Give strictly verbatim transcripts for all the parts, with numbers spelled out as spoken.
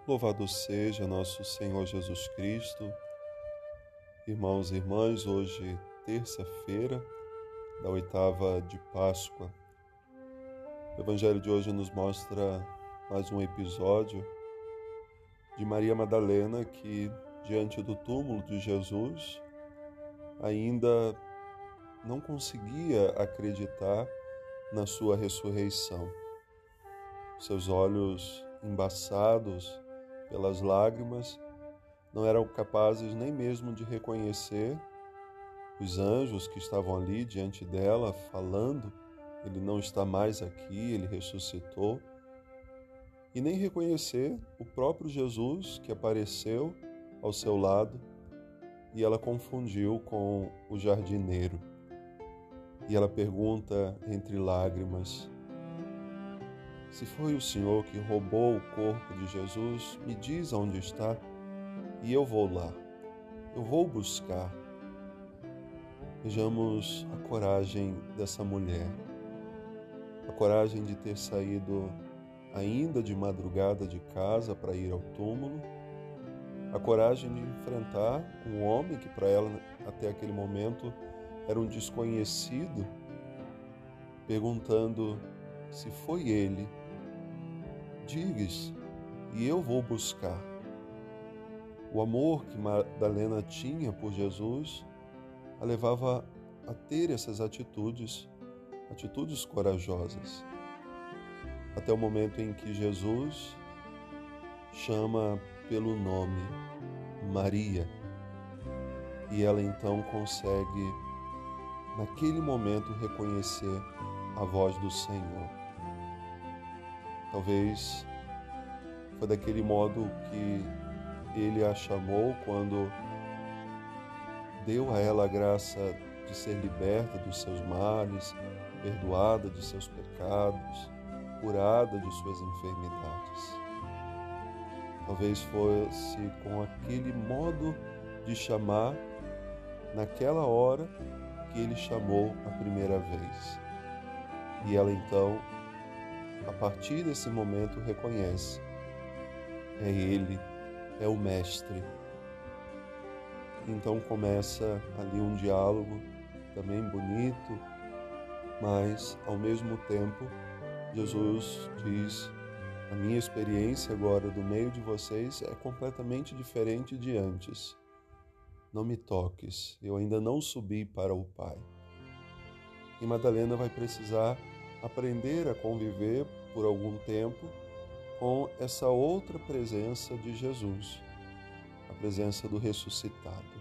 Louvado seja nosso Senhor Jesus Cristo. Irmãos e irmãs, hoje, terça-feira, da oitava de Páscoa. O Evangelho de hoje nos mostra mais um episódio de Maria Madalena que, diante do túmulo de Jesus, ainda não conseguia acreditar na sua ressurreição. Seus olhos embaçados pelas lágrimas não eram capazes nem mesmo de reconhecer os anjos que estavam ali diante dela, falando: ele não está mais aqui, ele ressuscitou, e nem reconhecer o próprio Jesus que apareceu ao seu lado, e ela confundiu com o jardineiro. E ela pergunta entre lágrimas: se foi o Senhor que roubou o corpo de Jesus, me diz onde está, e eu vou lá, eu vou buscar. Vejamos a coragem dessa mulher, a coragem de ter saído ainda de madrugada de casa para ir ao túmulo, a coragem de enfrentar um homem que para ela até aquele momento era um desconhecido, perguntando: se foi ele, diga-se e eu vou buscar. O amor que Madalena tinha por Jesus a levava a ter essas atitudes, atitudes corajosas, até o momento em que Jesus chama pelo nome Maria, e ela então consegue, naquele momento, reconhecer a voz do Senhor. Talvez foi daquele modo que ele a chamou quando deu a ela a graça de ser liberta dos seus males, perdoada de seus pecados, curada de suas enfermidades. Talvez fosse com aquele modo de chamar, naquela hora, que ele chamou a primeira vez. E ela então, a partir desse momento, reconhece: é ele, é o Mestre. Então começa ali um diálogo também bonito, mas ao mesmo tempo Jesus diz: a minha experiência agora do meio de vocês é completamente diferente de antes. Não me toques, eu ainda não subi para o Pai. E Madalena vai precisar aprender a conviver por algum tempo com essa outra presença de Jesus, a presença do ressuscitado.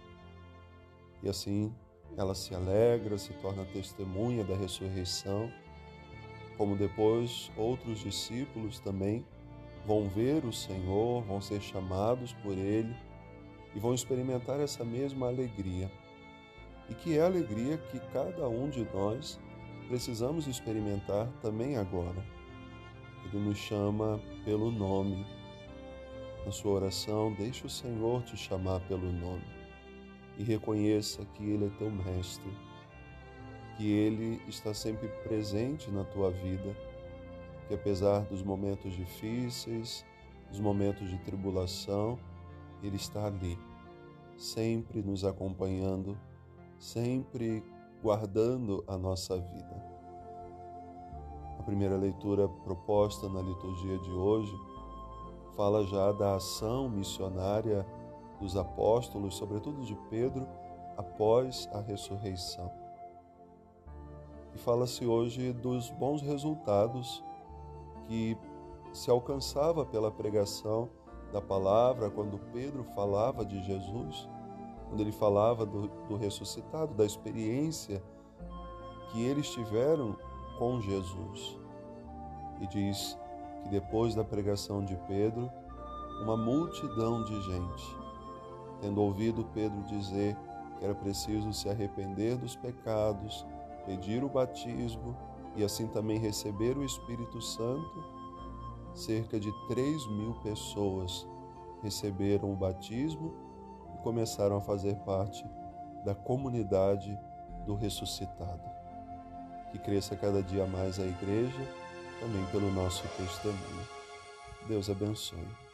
E assim ela se alegra, se torna testemunha da ressurreição, como depois outros discípulos também vão ver o Senhor, vão ser chamados por Ele e vão experimentar essa mesma alegria. E que é a alegria que cada um de nós precisamos experimentar também agora. Ele nos chama pelo nome. Na sua oração, deixe o Senhor te chamar pelo nome e reconheça que Ele é teu Mestre, que Ele está sempre presente na tua vida, que apesar dos momentos difíceis, dos momentos de tribulação, Ele está ali, sempre nos acompanhando, sempre guardando a nossa vida. A primeira leitura proposta na liturgia de hoje fala já da ação missionária dos apóstolos, sobretudo de Pedro, após a ressurreição. E fala-se hoje dos bons resultados que se alcançava pela pregação da palavra, quando Pedro falava de Jesus, quando ele falava do, do ressuscitado, da experiência que eles tiveram com Jesus. E diz que depois da pregação de Pedro, uma multidão de gente, tendo ouvido Pedro dizer que era preciso se arrepender dos pecados, pedir o batismo e assim também receber o Espírito Santo, cerca de três mil pessoas receberam o batismo e começaram a fazer parte da comunidade do ressuscitado. Que cresça cada dia mais a igreja, também pelo nosso testemunho. Deus abençoe.